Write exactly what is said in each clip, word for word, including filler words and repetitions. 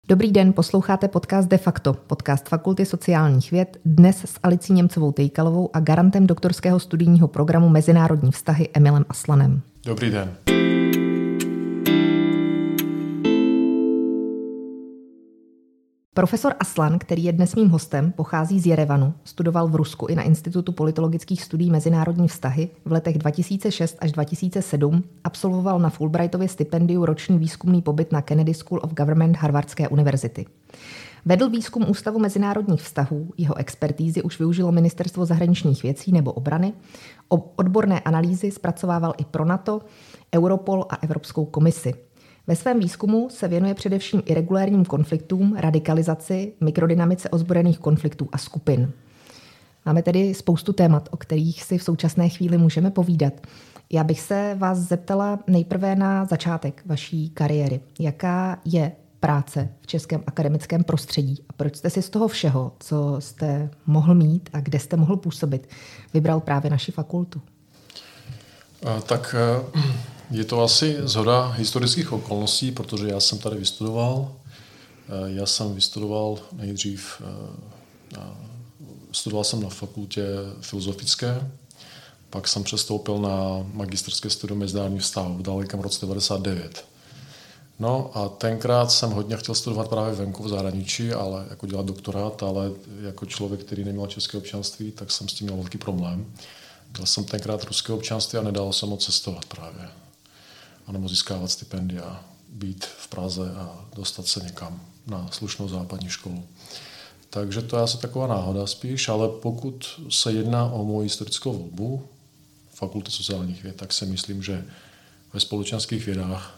Dobrý den, posloucháte podcast De facto, podcast Fakulty sociálních věd, dnes s Alicí Němcovou-Tejkalovou a garantem doktorského studijního programu Mezinárodní vztahy Emilem Aslanem. Dobrý den. Profesor Aslan, který je dnes mým hostem, pochází z Jerevanu, studoval v Rusku i na Institutu politologických studií Mezinárodní vztahy, v letech dva tisíce šest až dva tisíce sedm absolvoval na Fulbrightově stipendiu roční výzkumný pobyt na Kennedy School of Government Harvardské univerzity. Vedl výzkum Ústavu mezinárodních vztahů, jeho expertízy už využilo Ministerstvo zahraničních věcí nebo obrany, odborné analýzy zpracovával i pro NATO, Europol a Evropskou komisi. Ve svém výzkumu se věnuje především irregulérním konfliktům, radikalizaci, mikrodynamice ozbrojených konfliktů a skupin. Máme tedy spoustu témat, o kterých si v současné chvíli můžeme povídat. Já bych se vás zeptala nejprve na začátek vaší kariéry. Jaká je práce v českém akademickém prostředí a proč jste si z toho všeho, co jste mohl mít a kde jste mohl působit, vybral právě naši fakultu? A, tak je to asi zhoda historických okolností, protože já jsem tady vystudoval. Já jsem vystudoval nejdřív, studoval jsem na fakultě filozofické, pak jsem přestoupil na magisterské studium mezinárodních vztahů v dalekém roce devadesát devět. No a tenkrát jsem hodně chtěl studovat právě venku v zahraničí, ale jako dělat doktorát, ale jako člověk, který neměl české občanství, tak jsem s tím měl velký problém. Měl jsem tenkrát ruské občanství a nedalo se moc cestovat právě. A nebo získávat stipendia, být v Praze a dostat se někam na slušnou západní školu. Takže to je asi taková náhoda spíš, ale pokud se jedná o moji historickou volbu Fakulty sociálních věd, tak si myslím, že ve společenských vědách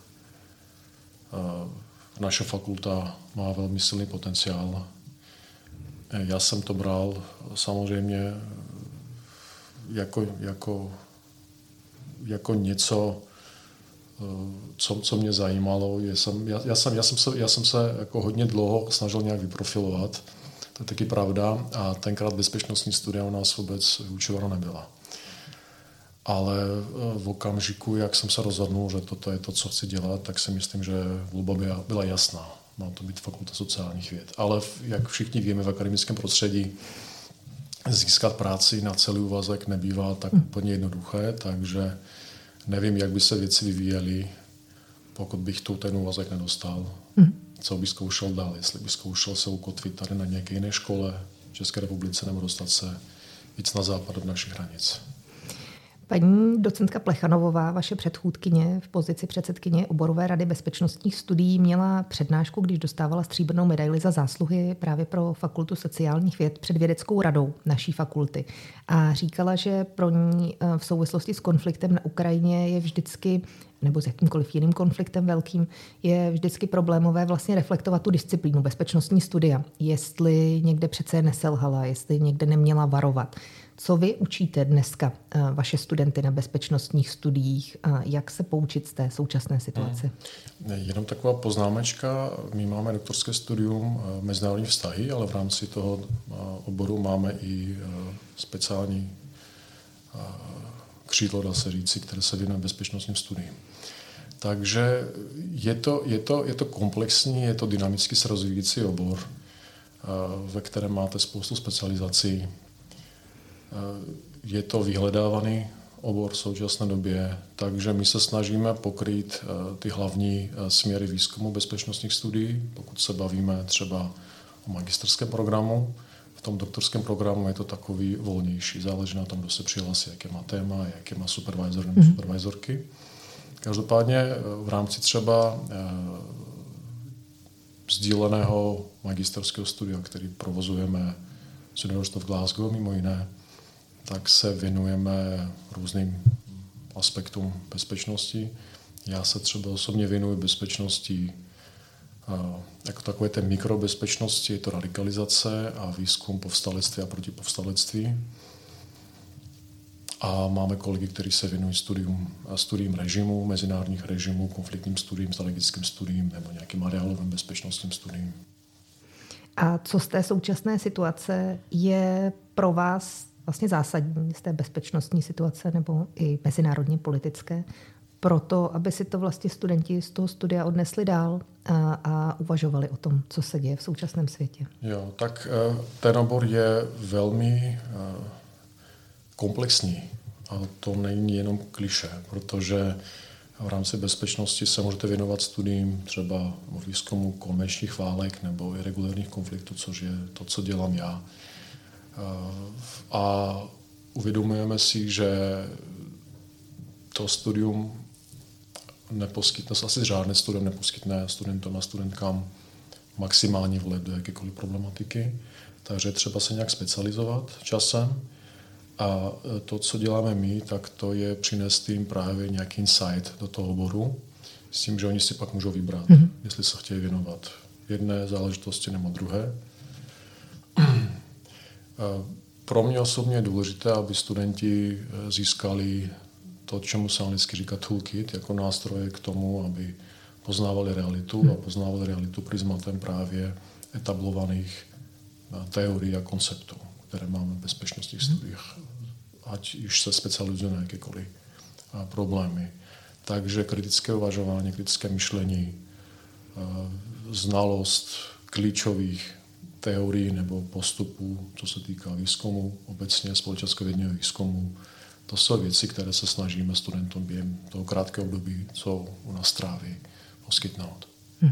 naše fakulta má velmi silný potenciál. Já jsem to bral samozřejmě jako, jako, jako něco, co, co mě zajímalo. Je jsem, já, já, jsem, já, jsem se, já jsem se jako hodně dlouho snažil nějak vyprofilovat. To je taky pravda. A tenkrát bezpečnostní studia u nás vůbec vyučována nebyla. Ale v okamžiku, jak jsem se rozhodnul, že toto je to, co chci dělat, tak si myslím, že volba byla jasná. Má to být Fakulta sociálních věd. Ale jak všichni víme, v akademickém prostředí získat práci na celý úvazek nebývá tak úplně jednoduché, takže nevím, jak by se věci vyvíjely, pokud bych tu ten úvazek nedostal. Co bych zkoušel dál, jestli bych zkoušel se ukotvit tady na nějaké jiné škole v České republice nebo dostat se víc na západ od našich hranic. Paní docentka Plechanovová, vaše předchůdkyně v pozici předsedkyně oborové rady bezpečnostních studií, měla přednášku, když dostávala stříbrnou medaili za zásluhy právě pro Fakultu sociálních věd před vědeckou radou naší fakulty. A říkala, že pro ní v souvislosti s konfliktem na Ukrajině je vždycky, nebo s jakýmkoliv jiným konfliktem velkým, je vždycky problémové vlastně reflektovat tu disciplínu bezpečnostní studia. Jestli někde přece neselhala, jestli někde neměla varovat. Co vy učíte dneska vaše studenty na bezpečnostních studiích a jak se poučit z té současné situace? Hmm. Jenom taková poznámečka. My máme doktorské studium mezinárodní vztahy, ale v rámci toho oboru máme i speciální křídlo, dá se říci, které se věnuje bezpečnostním studiím. Takže je to, je to, je to komplexní, je to dynamicky se rozvíjící obor, ve kterém máte spoustu specializací. Je to vyhledávaný obor v současné době, takže my se snažíme pokrýt ty hlavní směry výzkumu bezpečnostních studií, pokud se bavíme třeba o magisterském programu. V tom doktorském programu je to takový volnější, záleží na tom, kdo se přihlásí, jaké má téma, jaké má supervisor nebo mm. supervisorky. Každopádně v rámci třeba sdíleného magisterského studia, který provozujeme s Univerzitou v Glasgow, mimo jiné, tak se věnujeme různým aspektům bezpečnosti. Já se třeba osobně věnuji bezpečnosti jako takové té mikrobezpečnosti, je to radikalizace a výzkum povstalectví a protipovstalectví. A máme kolegy, kteří se věnují studium, studiím režimu, mezinárodních režimů, konfliktním studiím, strategickým studiím nebo nějakým areálovým bezpečnostním studiím. A co z té současné situace je pro vás vlastně zásadní, z té bezpečnostní situace nebo i mezinárodně politické, proto, aby si to vlastně studenti z toho studia odnesli dál a, a uvažovali o tom, co se děje v současném světě. Jo, tak ten obor je velmi komplexní. A to není jenom klišé, protože v rámci bezpečnosti se můžete věnovat studiím třeba výzkumu konvenčních válek nebo irregulárních konfliktů, což je to, co dělám já. A uvědomujeme si, že to studium neposkytne, asi žádné studium neposkytne studentům a studentkám maximální vhled do jakékoliv problematiky, takže třeba se nějak specializovat časem. A to, co děláme my, tak to je přinést jim právě nějaký insight do toho oboru, s tím, že oni si pak můžou vybrat, mm-hmm. jestli se chtějí věnovat jedné záležitosti nebo druhé. Pro mě osobně je důležité, aby studenti získali to, čemu se anglicky říká toolkit, jako nástroje k tomu, aby poznávali realitu a poznávali realitu prismatem právě etablovaných teorií a konceptů, které máme v bezpečnostních studiích, ať už se specializuje na jakékoliv problémy. Takže kritické uvažování, kritické myšlení, znalost klíčových teorií nebo postupů, co se týká výzkumu, obecně společenskovědního výzkumu, to jsou věci, které se snažíme studentům během toho krátkého období, co u nás tráví, poskytnout.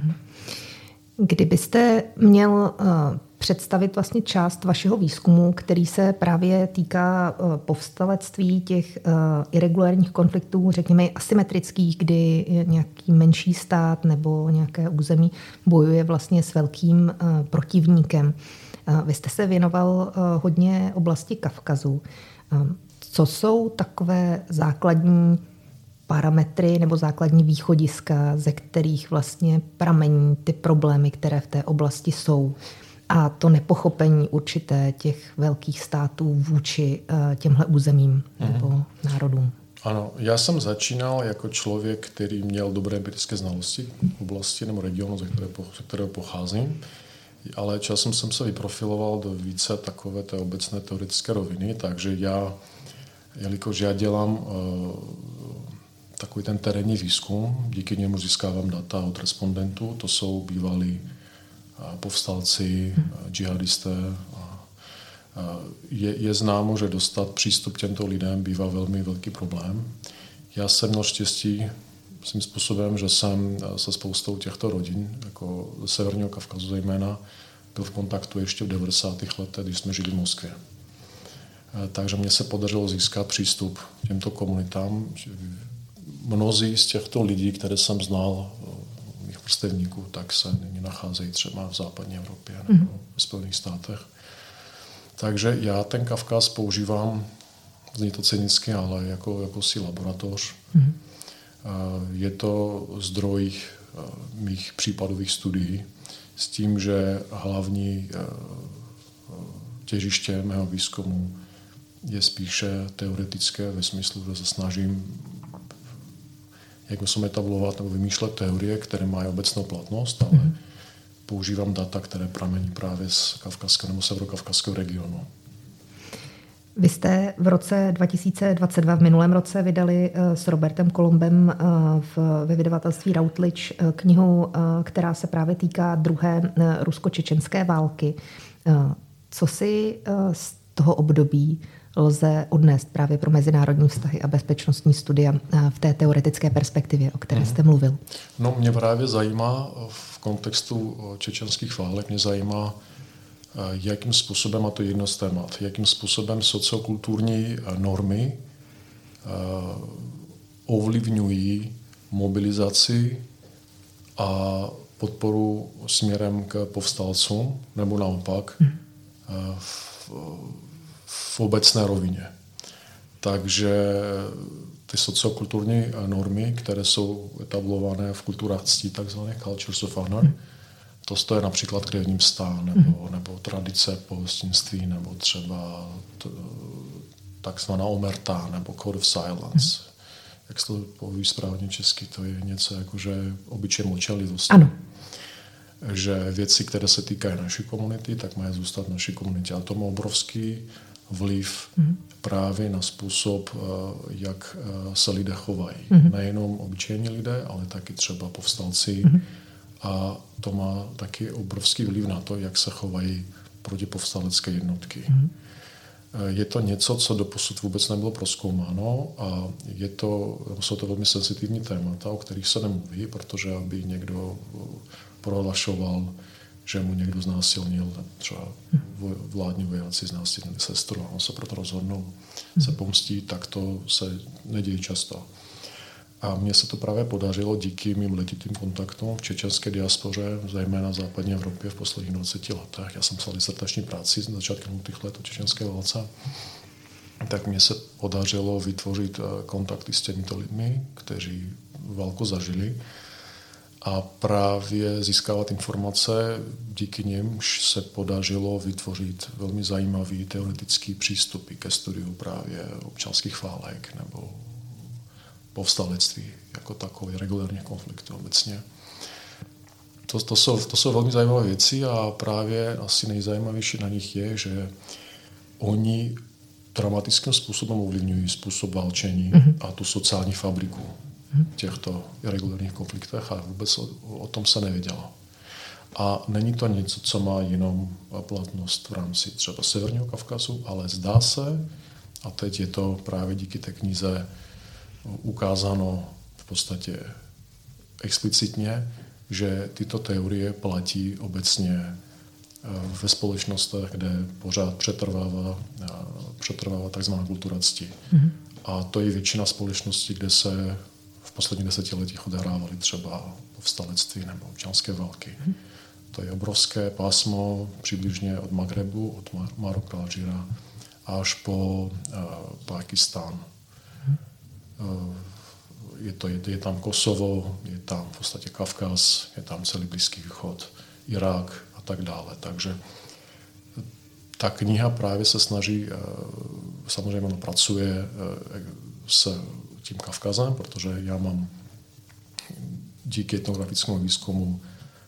Kdybyste měl uh, představit vlastně část vašeho výzkumu, který se právě týká uh, povstalectví, těch uh, irregulárních konfliktů, řekněme asymetrických, kdy nějaký menší stát nebo nějaké území bojuje vlastně s velkým uh, protivníkem. Uh, vy jste se věnoval uh, hodně oblasti Kavkazu. Uh, co jsou takové základní parametry nebo základní východiska, ze kterých vlastně pramení ty problémy, které v té oblasti jsou, a to nepochopení určité těch velkých států vůči uh, těmhle územím mm-hmm. nebo národům? Ano, já jsem začínal jako člověk, který měl dobré empirické znalosti v oblasti nebo regionu, ze, které, ze kterého pocházím, ale časem jsem se vyprofiloval do více takové té obecné teoretické roviny, takže já, jelikož já dělám uh, takový ten terénní výzkum, díky němu získávám data od respondentů, to jsou bývalí povstalci, džihadisté. Je, je známo, že dostat přístup k těmto lidem bývá velmi velký problém. Já jsem měl štěstí svým způsobem, že jsem se spoustou těchto rodin, jako ze Severního Kavkazu zejména, byl v kontaktu ještě v devadesátých letech, když jsme žili v Moskvě. Takže mně se podařilo získat přístup k těmto komunitám. Mnozí z těchto lidí, které jsem znal, mých vrstevníků, tak se nyní nacházejí třeba v západní Evropě nebo v Spojených státech. Takže já ten Kavkaz používám, zní to cynicky, ale jako, jako si laboratoř. Mm. Je to zdroj mých případových studií s tím, že hlavní těžiště mého výzkumu je spíše teoretické ve smyslu, že se snažím jak musím etablovat nebo vymýšlet teorie, které mají obecnou platnost, ale mm-hmm. používám data, které pramení právě z kavkazského nebo severokavkazského regionu. Vy jste v roce dva tisíce dvacet dva, v minulém roce, vydali s Robertem Kolombem v, ve vydavatelství Routledge knihu, která se právě týká druhé rusko-čečenské války. Co si z toho období lze odnést právě pro mezinárodní vztahy a bezpečnostní studia v té teoretické perspektivě, o které jste mluvil? No, mě právě zajímá v kontextu čečenských válek, mě zajímá, jakým způsobem, a to je jedno z témat, jakým způsobem sociokulturní normy ovlivňují mobilizaci a podporu směrem k povstalcům, nebo naopak v, v obecné rovině. Takže ty sociokulturní normy, které jsou etablované v kulturách ctí, takzvané cultures of honor, hmm. to je například krevní msta, nebo, hmm. nebo tradice pohostinství, nebo třeba t, takzvaná omerta, nebo code of silence. Hmm. Jak se to poví správně česky, to je něco jako, že obyčej mlčenlivosti. Ano. Že věci, které se týkají naší komunity, tak mají zůstat v naší komunitě. A to má obrovský vliv mm-hmm. právě na způsob, jak se lidé chovají. Mm-hmm. Nejenom obyčejní lidé, ale taky třeba povstalci mm-hmm. a to má taky obrovský vliv na to, jak se chovají protipovstalecké jednotky. Mm. Je to něco, co doposud vůbec nebylo prozkoumáno a je to, jsou to velmi senzitivní témata, o kterých se nemluví, protože aby někdo prohlašoval, že mu někdo znásilnil, třeba vládní vojáci znásilnili sestru a on se proto rozhodnou se pomstít, tak to se neděje často. A mně se to právě podařilo díky mým letitým kontaktům v čečenské diaspoře, zejména v západní Evropě v posledních dvaceti letech. Já jsem psal disertační práci na začátku těch let o čečenské válce. Tak mně se podařilo vytvořit kontakty s těmito lidmi, kteří válku zažili a právě získávat informace, díky nimž se podařilo vytvořit velmi zajímavý teoretický přístup ke studiu právě občanských válek nebo povstalectví jako takové, regulárních konfliktů obecně. To, to, jsou, to jsou velmi zajímavé věci a právě asi nejzajímavější na nich je, že oni dramatickým způsobem ovlivňují způsob válčení mm-hmm. a tu sociální fabriku v těchto regulárních konfliktech a vůbec o, o tom se nevědělo. A není to něco, co má jenom platnost v rámci třeba Severního Kavkazu, ale zdá se, a teď je to právě díky té knize ukázáno v podstatě explicitně, že tyto teorie platí obecně ve společnostech, kde pořád přetrvává, přetrvává takzvaná kultura cti. Mm-hmm. A to je většina společností, kde se v posledních desetiletích odehrávaly třeba povstalectví nebo občanské války. Mm-hmm. To je obrovské pásmo přibližně od Magrebu, od Mar- Maroka, Alžíra až po uh, Pákistán. Je, to, je, je tam Kosovo, je tam v podstatě Kavkaz, je tam celý Blízký východ, Irák a tak dále. Takže ta kniha právě se snaží, samozřejmě ona pracuje s tím Kavkazem, protože já mám díky etnografickému výzkumu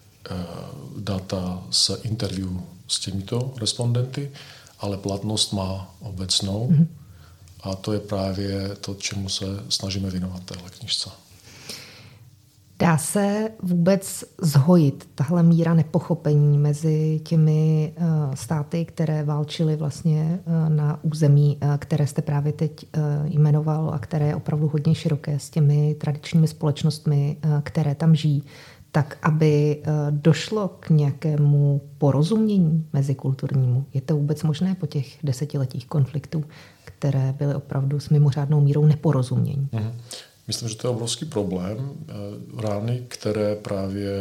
data z interview s těmito respondenty, ale platnost má obecnou. Mm-hmm. A to je právě to, čemu se snažíme věnovat téhle knižce. Dá se vůbec zhojit tahle míra nepochopení mezi těmi uh, státy, které válčily vlastně uh, na území, uh, které jste právě teď uh, jmenoval a které je opravdu hodně široké, s těmi tradičními společnostmi, uh, které tam žijí, tak aby uh, došlo k nějakému porozumění mezikulturnímu? Je to vůbec možné po těch desetiletích konfliktů, které byly opravdu s mimořádnou mírou neporozumění? Mm-hmm. Myslím, že to je obrovský problém. Rány, které právě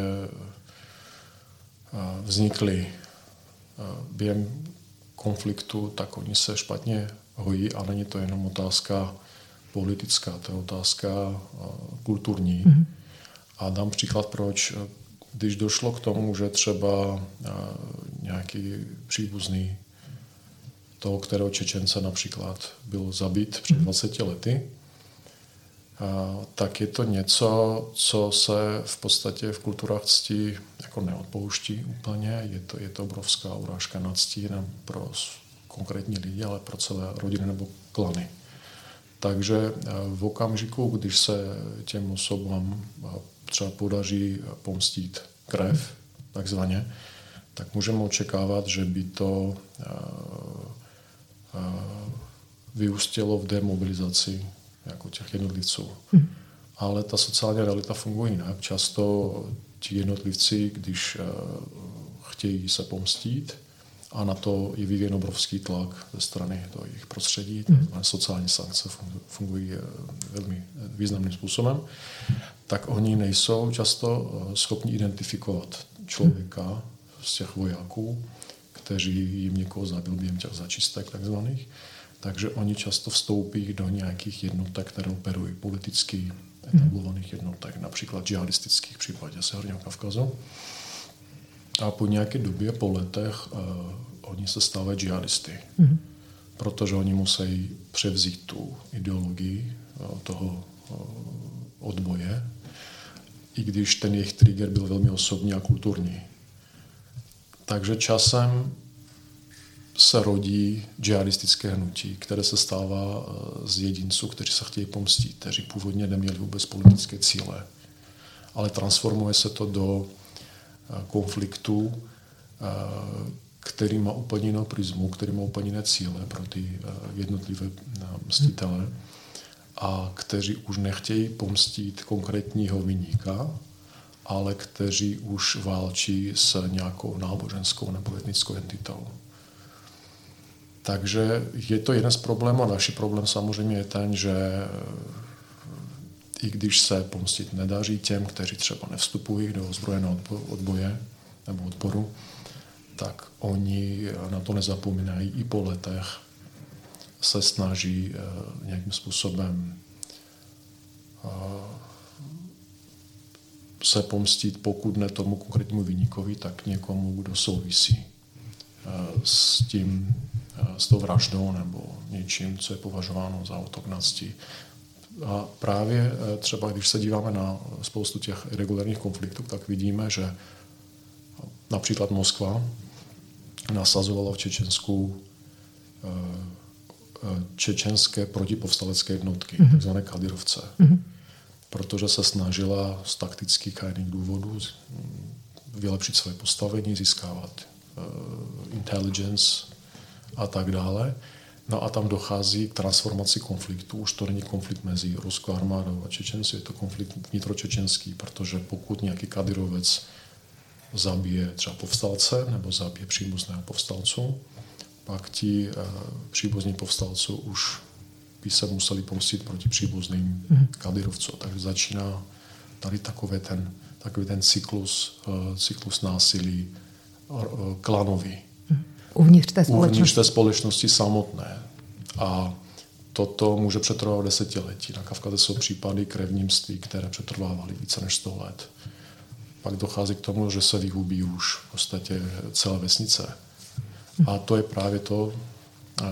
vznikly během konfliktu, tak oni se špatně hojí a není to jenom otázka politická, to je otázka kulturní. Mm-hmm. A dám příklad, proč. Když došlo k tomu, že třeba nějaký příbuzný toho, kterého Čečence například byl zabit před dvaceti lety, tak je to něco, co se v podstatě v kulturách cti jako neodpouští úplně. Je to, je to obrovská urážka na cti ne pro konkrétní lidi, ale pro celé rodiny nebo klany. Takže v okamžiku, když se těm osobám třeba podaří pomstít krev, takzvaně, tak můžeme očekávat, že by to vyústilo v demobilizaci jako těch jednotlivců. Hmm. Ale ta sociální realita funguje jinak. Často ti jednotlivci, když chtějí se pomstít, a na to je vyvíjen obrovský tlak ze strany toho jejich prostředí, hmm. sociální sankce fungují velmi významným způsobem, tak oni nejsou často schopni identifikovat člověka z těch vojáků, kteří jim někoho zabil během těch začistek takzvaných. Takže oni často vstoupí do nějakých jednotek, které operují politicky etablovaných jednotek, například džihadistických v případě Severního Kavkazu. A po nějaké době, po letech, uh, oni se stávají džihadisty, mm-hmm. protože oni musí převzít tu ideologii uh, toho uh, odboje, i když ten jejich trigger byl velmi osobní a kulturní. Takže časem se rodí džihadistické hnutí, které se stává z jedinců, kteří se chtějí pomstít, kteří původně neměli vůbec politické cíle. Ale transformuje se to do konfliktu, který má úplně jinou prismu, který má úplně jiné cíle pro ty jednotlivé mstitele a kteří už nechtějí pomstit konkrétního viníka, ale kteří už válčí s nějakou náboženskou nebo etnickou entitou. Takže je to jeden z problémů. Další problém samozřejmě je ten, že i když se pomstit nedaří těm, kteří třeba nevstupují do ozbrojeného odboje nebo odporu, tak oni na to nezapomínají. I po letech se snaží nějakým způsobem se pomstit, pokud ne tomu konkrétnímu viníkovi, tak někomu, kdo souvisí s tím, s tou vraždou nebo něčím, co je považováno za útok na cti. A právě třeba, když se díváme na spoustu těch irregulárních konfliktů, tak vidíme, že například Moskva nasazovala v Čečensku čečenské protipovstalecké jednotky, mm-hmm. takzvané kadyrovce. Mm-hmm. Protože se snažila z taktických a jiných důvodů vylepšit své postavení, získávat uh, intelligence a tak dále. No a tam dochází k transformaci konfliktu. Už to není konflikt mezi ruskou armádou a Čečenci, je to konflikt vnitročečenský, protože pokud nějaký kadyrovec zabije třeba povstalce nebo zabije příbuzného povstalců, pak ti uh, příbuzní povstalců už by se museli pomstit proti příbuzným mm. kadyrovcům. Takže začíná tady takový ten, takový ten cyklus, uh, cyklus násilí uh, klanový. Mm. Uvnitř té společnosti. Uvnitř té společnosti samotné. A toto může přetrvávat desetiletí. Na Kavkaze jsou případy krevnímství, které přetrvávaly více než sto let. Pak dochází k tomu, že se vyhubí už v podstatě celé vesnice. Mm. A to je právě to, uh,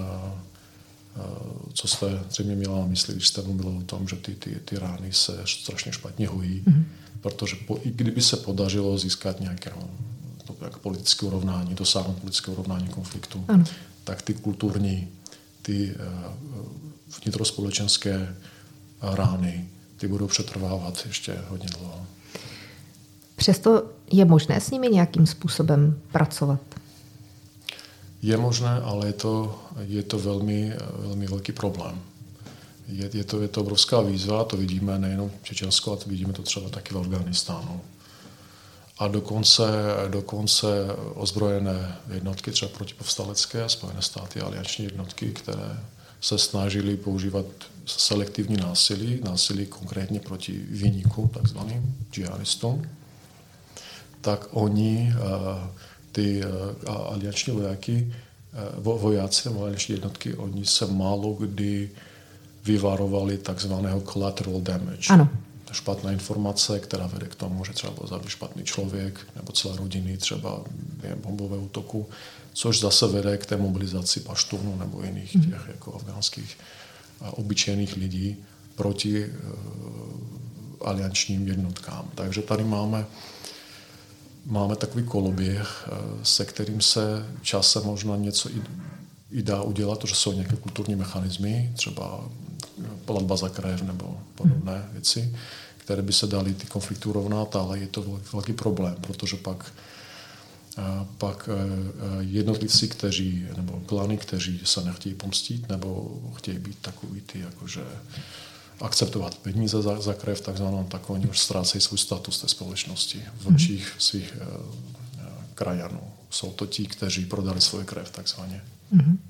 co jste třeba měla na mysli, když jste mluvila o tom, že ty, ty, ty rány se strašně špatně hojí, mm-hmm. protože po, i kdyby se podařilo získat nějaké no, jak politické urovnání, dosáhnout politické urovnání konfliktu, ano. tak ty kulturní, ty uh, vnitrospolečenské rány, ty budou přetrvávat ještě hodně dlouho. Přesto je možné s nimi nějakým způsobem pracovat? Je možné, ale je to, je to velmi, velmi velký problém. Je, je, to, je to obrovská výzva, to vidíme nejenom v Čečensku, ale to vidíme to třeba taky v Afghánistánu. A dokonce, dokonce ozbrojené jednotky, třeba protipovstalecké, Spojené státy a alianční jednotky, které se snažily používat selektivní násilí, násilí konkrétně proti viníkům, takzvaným džihadistům, tak oni ty uh, alianční vojáky, uh, vojáci nebo alianční jednotky, oni se málo kdy vyvarovali takzvaného collateral damage. Ano. Špatná informace, která vede k tomu, že třeba byl zabit špatný člověk nebo celé rodiny třeba během bombového útoku, což zase vede k té mobilizaci paštúnů nebo jiných mm. těch jako afgánských uh, obyčejných lidí proti uh, aliančním jednotkám. Takže tady máme Máme takový koloběh, se kterým se časem možná něco i, i dá udělat, že jsou nějaké kulturní mechanismy, třeba platba za krev nebo podobné věci, které by se daly ty konflikty urovnat, ale je to velký problém, protože pak, pak jednotlivci, kteří, nebo klany, kteří se nechtějí pomstit, nebo chtějí být takový ty, jakože akceptovat peníze za, za krev, takzvanou, tak oni už ztrácejí svůj status té společnosti v očích mm. svých uh, krajanů. Jsou to ti, kteří prodali svoji krev, takzvaně. Mm.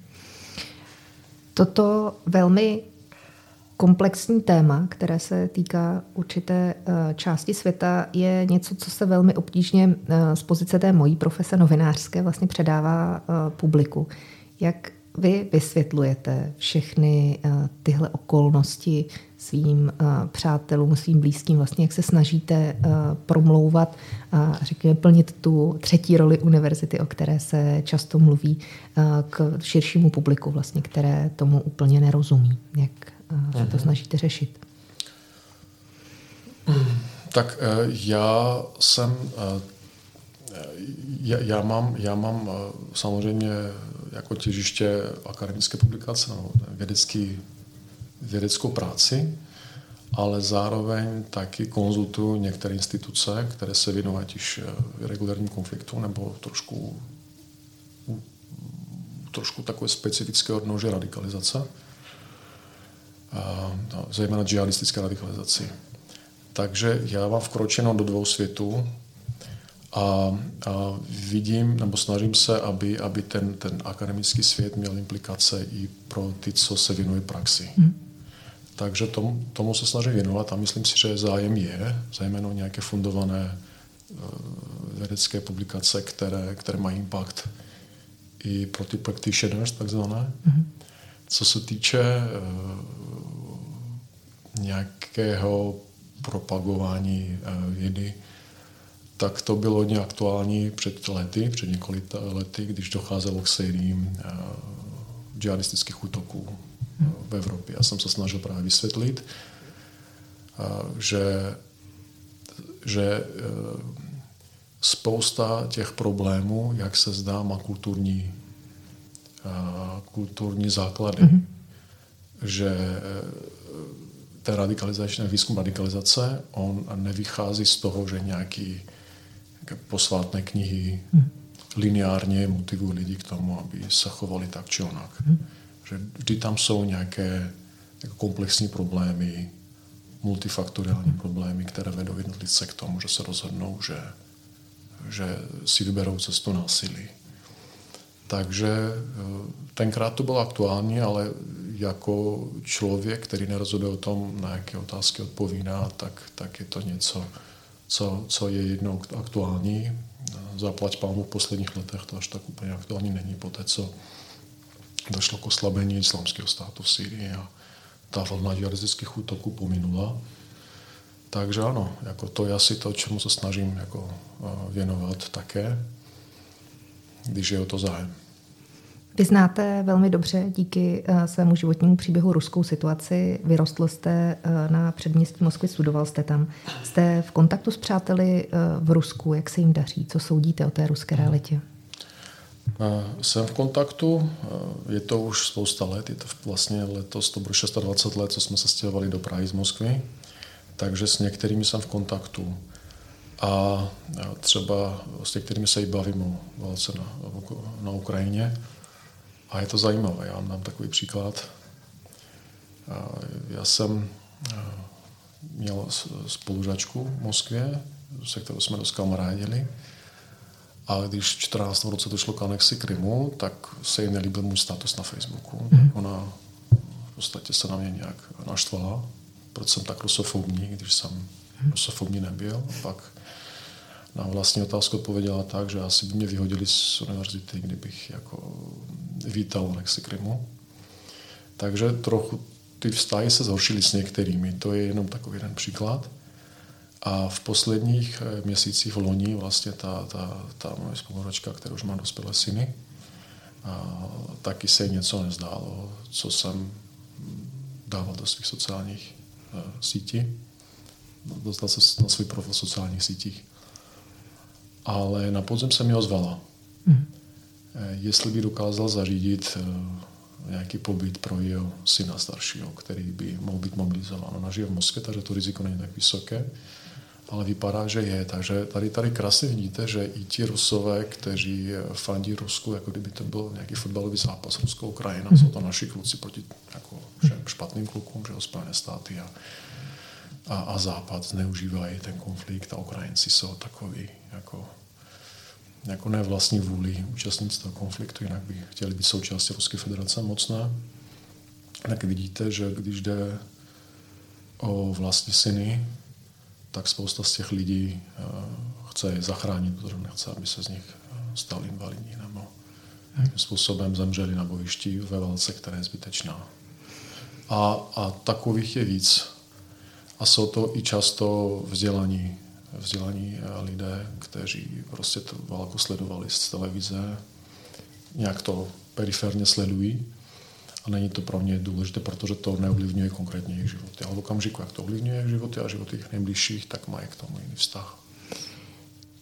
Toto velmi komplexní téma, které se týká určité uh, části světa, je něco, co se velmi obtížně uh, z pozice té mojí profese novinářské vlastně předává uh, publiku. Jak vy vysvětlujete všechny uh, tyhle okolnosti svým uh, přátelům, svým blízkým, vlastně jak se snažíte uh, promlouvat a řekněme plnit tu třetí roli univerzity, o které se často mluví, uh, k širšímu publiku, vlastně, které tomu úplně nerozumí. Jak uh, se to snažíte řešit? Tak uh, já jsem uh, já, já mám, já mám uh, samozřejmě jako těžiště akademické publikace, no, vědecký vědeckou práci ale zároveň taky konzultuju některé instituce, které se věnují již regulárním konfliktu nebo trošku, trošku takové specifické odnože radikalizace, a, zejména džihadistické radikalizaci. Takže já mám vkročeno do dvou světů a, a vidím, nebo snažím se, aby, aby ten, ten akademický svět měl implikace i pro ty, co se věnují praxi. Hmm. Takže tomu, tomu se snažím věnovat a myslím si, že zájem je, zejména nějaké fundované vědecké publikace, které, které mají impact i pro ty practitioners takzvané. Mm-hmm. Co se týče uh, nějakého propagování uh, vědy, tak to bylo hodně aktuální před lety, před několika lety, když docházelo k sériím uh, džihadistických útoků uh, v Evropě. Já jsem se snažil právě vysvětlit, uh, že, že uh, spousta těch problémů, jak se zdá, má kulturní, uh, kulturní základy. Mm-hmm. Že ten radikalizační výzkum radikalizace, on nevychází z toho, že nějaký posvátné knihy mm-hmm. lineárně motivují lidi k tomu, aby se chovali tak či onak. Mm-hmm. Že vždy tam jsou nějaké jako komplexní problémy, multifaktoriální mm-hmm. problémy, které vedou jednotlivce k tomu, že se rozhodnou, že že si vyberou cestu násilí. Takže tenkrát to bylo aktuální, ale jako člověk, který nerozhoduje o tom, na jaké otázky odpovídá, tak, tak je to něco, co, co je jednou aktuální. Zaplať pánu v posledních letech to až tak úplně aktuální není, poté co došlo k oslabení islámského státu v Sýrii a ta vlna džihadistických útoků pominula. Takže ano, jako to je asi to, čemu se snažím jako věnovat také, když je o to zájem. Vy znáte velmi dobře díky svému životnímu příběhu ruskou situaci. Vyrostl jste na předměstí Moskvy, studoval jste tam. Jste v kontaktu s přáteli v Rusku, jak se jim daří? Co soudíte o té ruské realitě? Jsem v kontaktu, je to už spousta let, je to vlastně letos, to bude dvacet šest let, co jsme se stěhovali do Prahy z Moskvy. Takže s některými jsem v kontaktu. A třeba s některými se i bavím o válce na, na Ukrajině. A je to zajímavé. Já vám dám takový příklad. Já jsem měl spolužačku v Moskvě, se kterou jsme dost kamarádili. A když v čtrnáctém roce došlo k anexi Krymu, tak se jí nelíbil můj status na Facebooku. Mm-hmm. Ona v podstatě se na mě nějak naštvala, proč jsem tak rusofobní, když jsem rusofobní nebyl. A pak na vlastní otázku odpověděla tak, že asi by mě vyhodili z univerzity, kdybych jako vítal anexi Krymu. Takže trochu ty vztahy se zhoršily s některými. To je jenom takový jeden příklad. A v posledních měsících v loni vlastně ta, ta, ta moje spolužačka, která už má dospělé syny, a taky se jí něco nezdálo, co jsem dával do svých sociálních uh, sítí. Dostal se na svůj profil v sociálních sítích. Ale na podzim se mi ozvala. Mm. Jestli by dokázal zařídit uh, nějaký pobyt pro jeho syna staršího, který by mohl být mobilizován. Ona žije v Moskvě, takže to riziko není tak vysoké, ale vypadá, že je. Takže tady, tady krásně vidíte, že i ti Rusové, kteří fandí Rusku, jako kdyby to byl nějaký fotbalový zápas Rusko-Ukrajina, mm. jsou to naši kluci proti jako všem špatným klukům, že Spojené státy a, a, a Západ zneužívají ten konflikt a Ukrajinci jsou takový jako jako ne vlastní vůli účastnit toho konfliktu, jinak by chtěli být součástí Ruské federace mocné. Tak vidíte, že když jde o vlastní syny, tak spousta z těch lidí chce je zachránit, protože nechce, aby se z nich stali invalidní nebo nějakým způsobem zemřeli na bojišti ve válce, která je zbytečná. A, a takových je víc. A jsou to i často vzdělaní vzdělaní lidé, kteří prostě to válku sledovali z televize, nějak to periferně sledují a není to pro mě důležité, protože to neovlivňuje konkrétně jejich životy. Ale v okamžiku, jak to ovlivňuje jejich životy a životy jejich nejbližších, tak mají k tomu jiný vztah.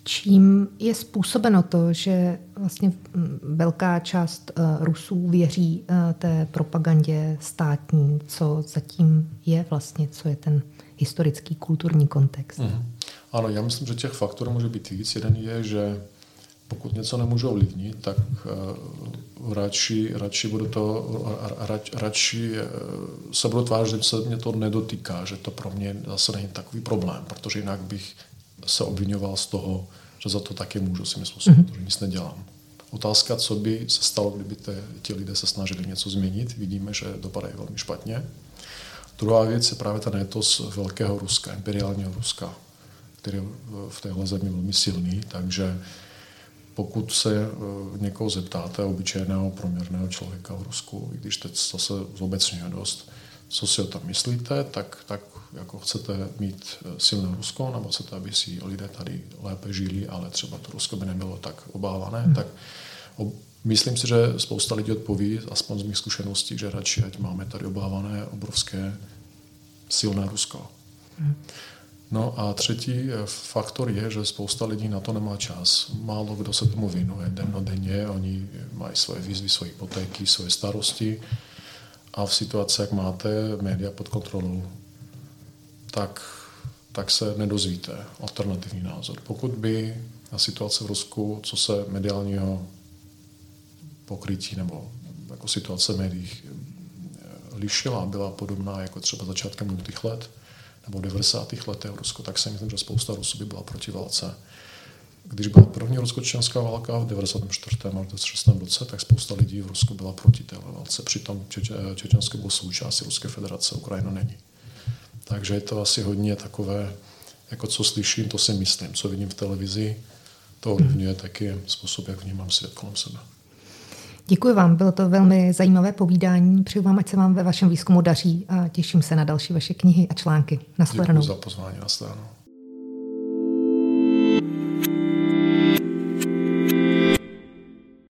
Čím je způsobeno to, že vlastně velká část Rusů věří té propagandě státní, co zatím je vlastně, co je ten historický, kulturní kontext? Mm. Ano, já myslím, že těch faktorů může být víc. Jeden je, že pokud něco nemůžu ovlivnit, tak uh, radši, radši, budu to, rad, radši uh, se budu tvářit, že se mě to nedotýká, že to pro mě zase není takový problém, protože jinak bych se obvinoval z toho, že za to taky můžu svým způsobem, mm-hmm. protože nic nedělám. Otázka, co by se stalo, kdyby te, ti lidé se snažili něco změnit, vidíme, že dopadají velmi špatně. Druhá věc je právě ten etos velkého Ruska, imperiálního Ruska, který je v téhle zemi velmi silný, takže pokud se někoho zeptáte, obyčejného průměrného člověka v Rusku, i když teď zase zobecňuje dost, co si o tom myslíte, tak, tak jako chcete mít silné Rusko, nebo chcete, aby si lidé tady lépe žili, ale třeba to Rusko by nebylo tak obávané, hmm. tak ob, myslím si, že spousta lidí odpoví, aspoň z mých zkušeností, že radši, ať máme tady obávané obrovské silné Rusko. Hmm. No a třetí faktor je, že spousta lidí na to nemá čas. Málo kdo se tomu věnuje dennodenně, oni mají svoje výzvy, svoje hypotéky, svoje starosti a v situaci, jak máte média pod kontrolou, tak, tak se nedozvíte alternativní názor. Pokud by na situace v Rusku, co se mediálního pokrytí nebo jako situace v médiích lišila, byla podobná jako třeba začátkem nultých let, nebo v devadesátých letech v Rusku, tak si myslím, že spousta Rusů by byla proti válce. Když byla první rusko-čečenská válka v devadesátém čtvrtém a devadesátém šestém roce, tak spousta lidí v Rusku byla proti té válce. Přitom Čečensko bylo součástí Ruské federace, Ukrajina není. Takže je to asi hodně takové, jako co slyším, to si myslím. Co vidím v televizi, to ovlivňuje taky způsob, jak vnímám svět kolem sebe. Děkuji vám, bylo to velmi zajímavé povídání. Přeju vám, ať se vám ve vašem výzkumu daří a těším se na další vaše knihy a články. Nashledanou. Děkuji za pozvání, nashledanou.